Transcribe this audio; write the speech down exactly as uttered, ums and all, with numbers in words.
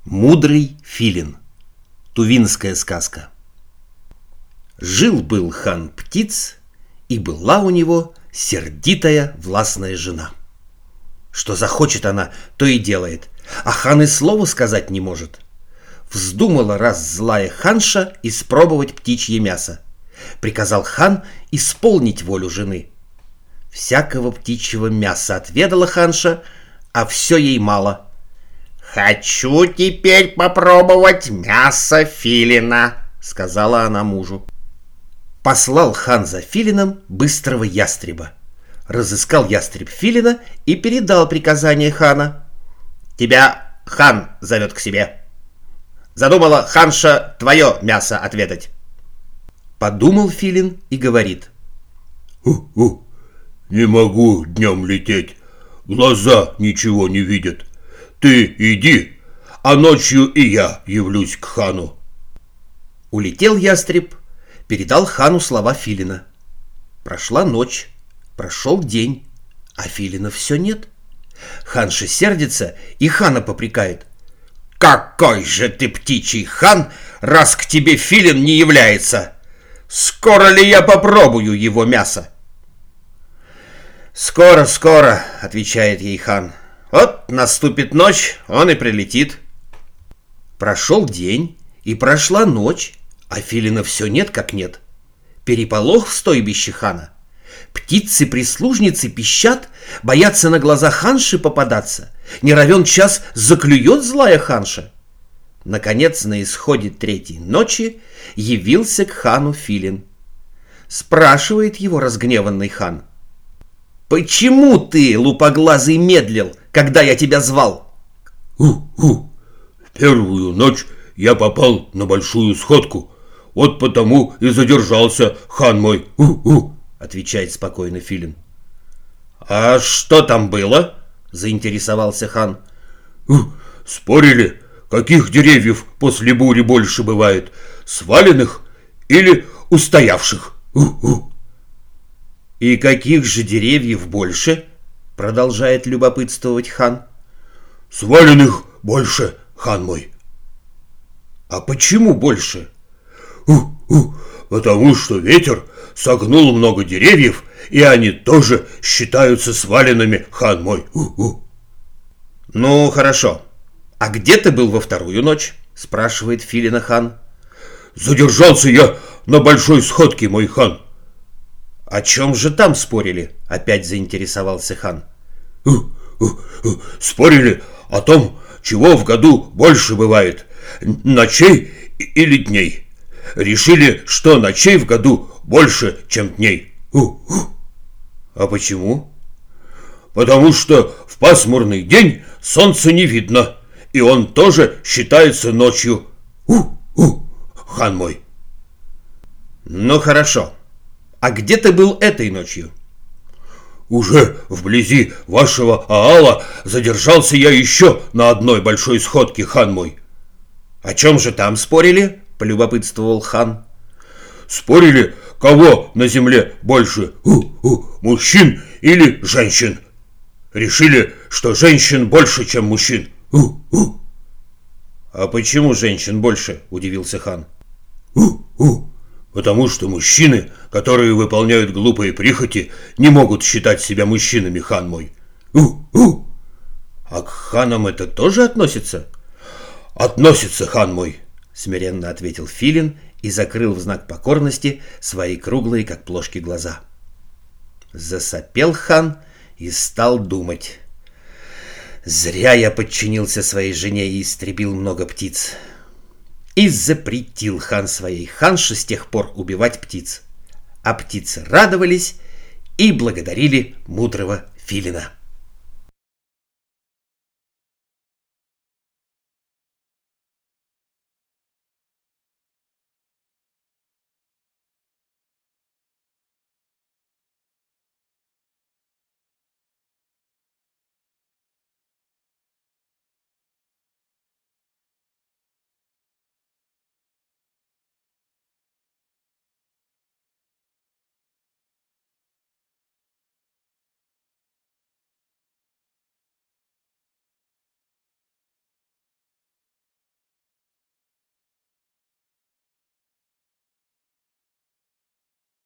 Мудрый филин. Тувинская сказка. Жил-был хан птиц, и была у него сердитая властная жена. Что захочет она, то и делает, а хан и слова сказать не может. Вздумала раз злая ханша испробовать птичье мясо. Приказал хан исполнить волю жены. Всякого птичьего мяса отведала ханша, а все ей мало. «Хочу теперь попробовать мясо филина», — сказала она мужу. Послал хан за филином быстрого ястреба. Разыскал ястреб филина и передал приказание хана. «Тебя хан зовет к себе. Задумала ханша твое мясо отведать». Подумал филин и говорит: «У-у, не могу днем лететь, глаза ничего не видят. Ты иди, а ночью и я явлюсь к хану». Улетел ястреб, передал хану слова филина. Прошла ночь, прошел день, а филина все нет. Ханша сердится и хана попрекает: «Какой же ты птичий хан, раз к тебе филин не является! Скоро ли я попробую его мясо?» «Скоро, скоро», — отвечает ей хан. «Вот наступит ночь, он и прилетит». Прошел день, и прошла ночь, а филина все нет как нет. Переполох в стойбище хана. Птицы-прислужницы пищат, боятся на глаза ханши попадаться. Не равен час заклюет злая ханша. Наконец, на исходе третьей ночи явился к хану филин. Спрашивает его разгневанный хан: «Почему ты, лупоглазый, медлил, когда я тебя звал?» «У-у, в первую ночь я попал на большую сходку, вот потому и задержался, хан мой, у-у», — отвечает спокойно филин. «А что там было?» — заинтересовался хан. «У, спорили, каких деревьев после бури больше бывает, сваленных или устоявших, у-у». «И каких же деревьев больше?» — продолжает любопытствовать хан. «Сваленных больше, хан мой». «А почему больше?» «У-у, потому что ветер согнул много деревьев, и они тоже считаются сваленными, хан мой, у-у». «Ну, хорошо. А где ты был во вторую ночь?» — спрашивает филина хан. «Задержался я на большой сходке, мой хан». «О чем же там спорили?» — опять заинтересовался хан. «Спорили о том, чего в году больше бывает, ночей или дней. Решили, что ночей в году больше, чем дней». «А почему?» «Потому что в пасмурный день солнца не видно, и он тоже считается ночью, у-у, хан мой». «Ну хорошо. А где ты был этой ночью?» «Уже вблизи вашего аала задержался я еще на одной большой сходке, хан мой». «О чем же там спорили?» — полюбопытствовал хан. «Спорили, кого на земле больше, у-у, мужчин или женщин. Решили, что женщин больше, чем мужчин, у-у». «А почему женщин больше?» — удивился хан. «У-у, потому что мужчины, которые выполняют глупые прихоти, не могут считать себя мужчинами, хан мой, у-у». «А к ханам это тоже относится?» «Относится, хан мой», — смиренно ответил филин и закрыл в знак покорности свои круглые, как плошки, глаза. Засопел хан и стал думать: «Зря я подчинился своей жене и истребил много птиц». И запретил хан своей ханше с тех пор убивать птиц. А птицы радовались и благодарили мудрого филина.